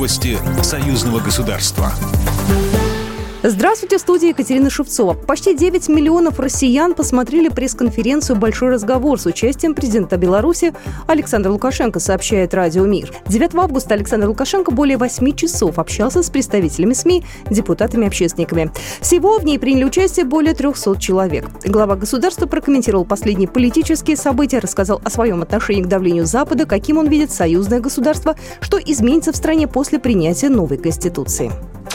Новости союзного государства. Здравствуйте, в студии Екатерина Шевцова. Почти 9 миллионов россиян посмотрели пресс-конференцию «Большой разговор» с участием президента Беларуси Александра Лукашенко, сообщает Радио Мир. 9 августа Александр Лукашенко более 8 часов общался с представителями СМИ, депутатами и общественниками. Всего в ней приняли участие более 300 человек. Глава государства прокомментировал последние политические события, рассказал о своем отношении к давлению Запада, каким он видит союзное государство, что изменится в стране после принятия новой Конституции.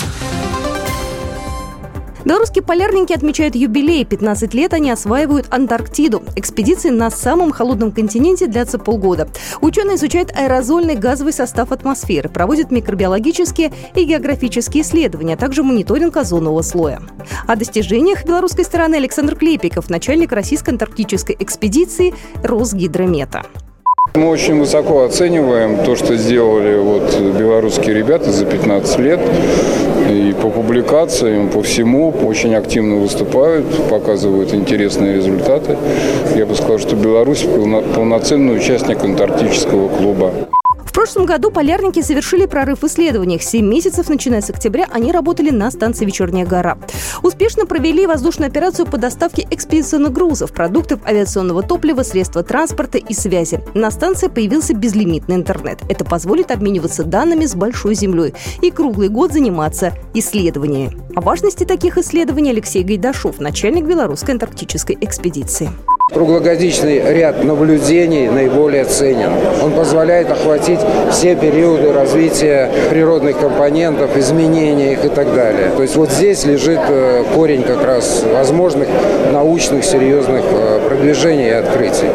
Белорусские полярники отмечают юбилей. 15 лет они осваивают Антарктиду. Экспедиции на самом холодном континенте длятся полгода. Ученые изучают аэрозольный газовый состав атмосферы, проводят микробиологические и географические исследования, а также мониторинг озонового слоя. О достижениях белорусской стороны Александр Клепиков, начальник российской антарктической экспедиции Росгидромета. Мы очень высоко оцениваем то, что сделали белорусские ребята за 15 лет. И по публикациям, по всему очень активно выступают, показывают интересные результаты. Я бы сказал, что Беларусь полноценный участник антарктического клуба. В прошлом году полярники совершили прорыв в исследованиях. 7 месяцев, начиная с октября, они работали на станции «Вечерняя гора». Успешно провели воздушную операцию по доставке экспедиционных грузов, продуктов, авиационного топлива, средства транспорта и связи. На станции появился безлимитный интернет. Это позволит обмениваться данными с большой землей и круглый год заниматься исследованиями. О важности таких исследований Алексей Гайдашов, начальник белорусской антарктической экспедиции. Круглогодичный ряд наблюдений наиболее ценен. Он позволяет охватить все периоды развития природных компонентов, изменения их и так далее. То есть здесь лежит корень как раз возможных научных серьезных продвижений и открытий.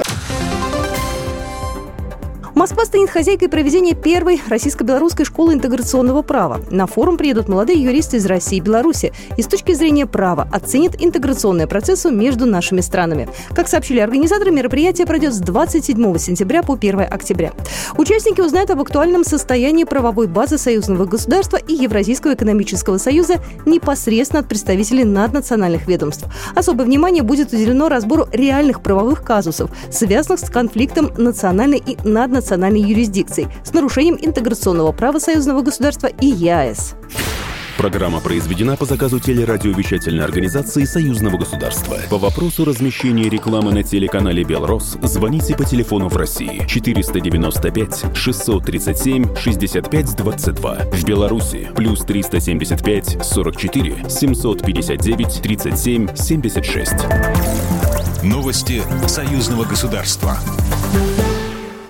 Москва станет хозяйкой проведения первой российско-белорусской школы интеграционного права. На форум приедут молодые юристы из России и Беларуси и с точки зрения права оценят интеграционные процессы между нашими странами. Как сообщили организаторы, мероприятие пройдет с 27 сентября по 1 октября. Участники узнают об актуальном состоянии правовой базы союзного государства и Евразийского экономического союза непосредственно от представителей наднациональных ведомств. Особое внимание будет уделено разбору реальных правовых казусов, связанных с конфликтом национальной и наднациональной юрисдикций, с нарушением интеграционного права союзного государства и ЕАЭС. Программа произведена по заказу телерадиовещательной организации союзного государства. По вопросу размещения рекламы на телеканале «Белрос» звоните по телефону в России 495 637 65 22. В Беларуси + 375 44 759 37 76. Новости союзного государства.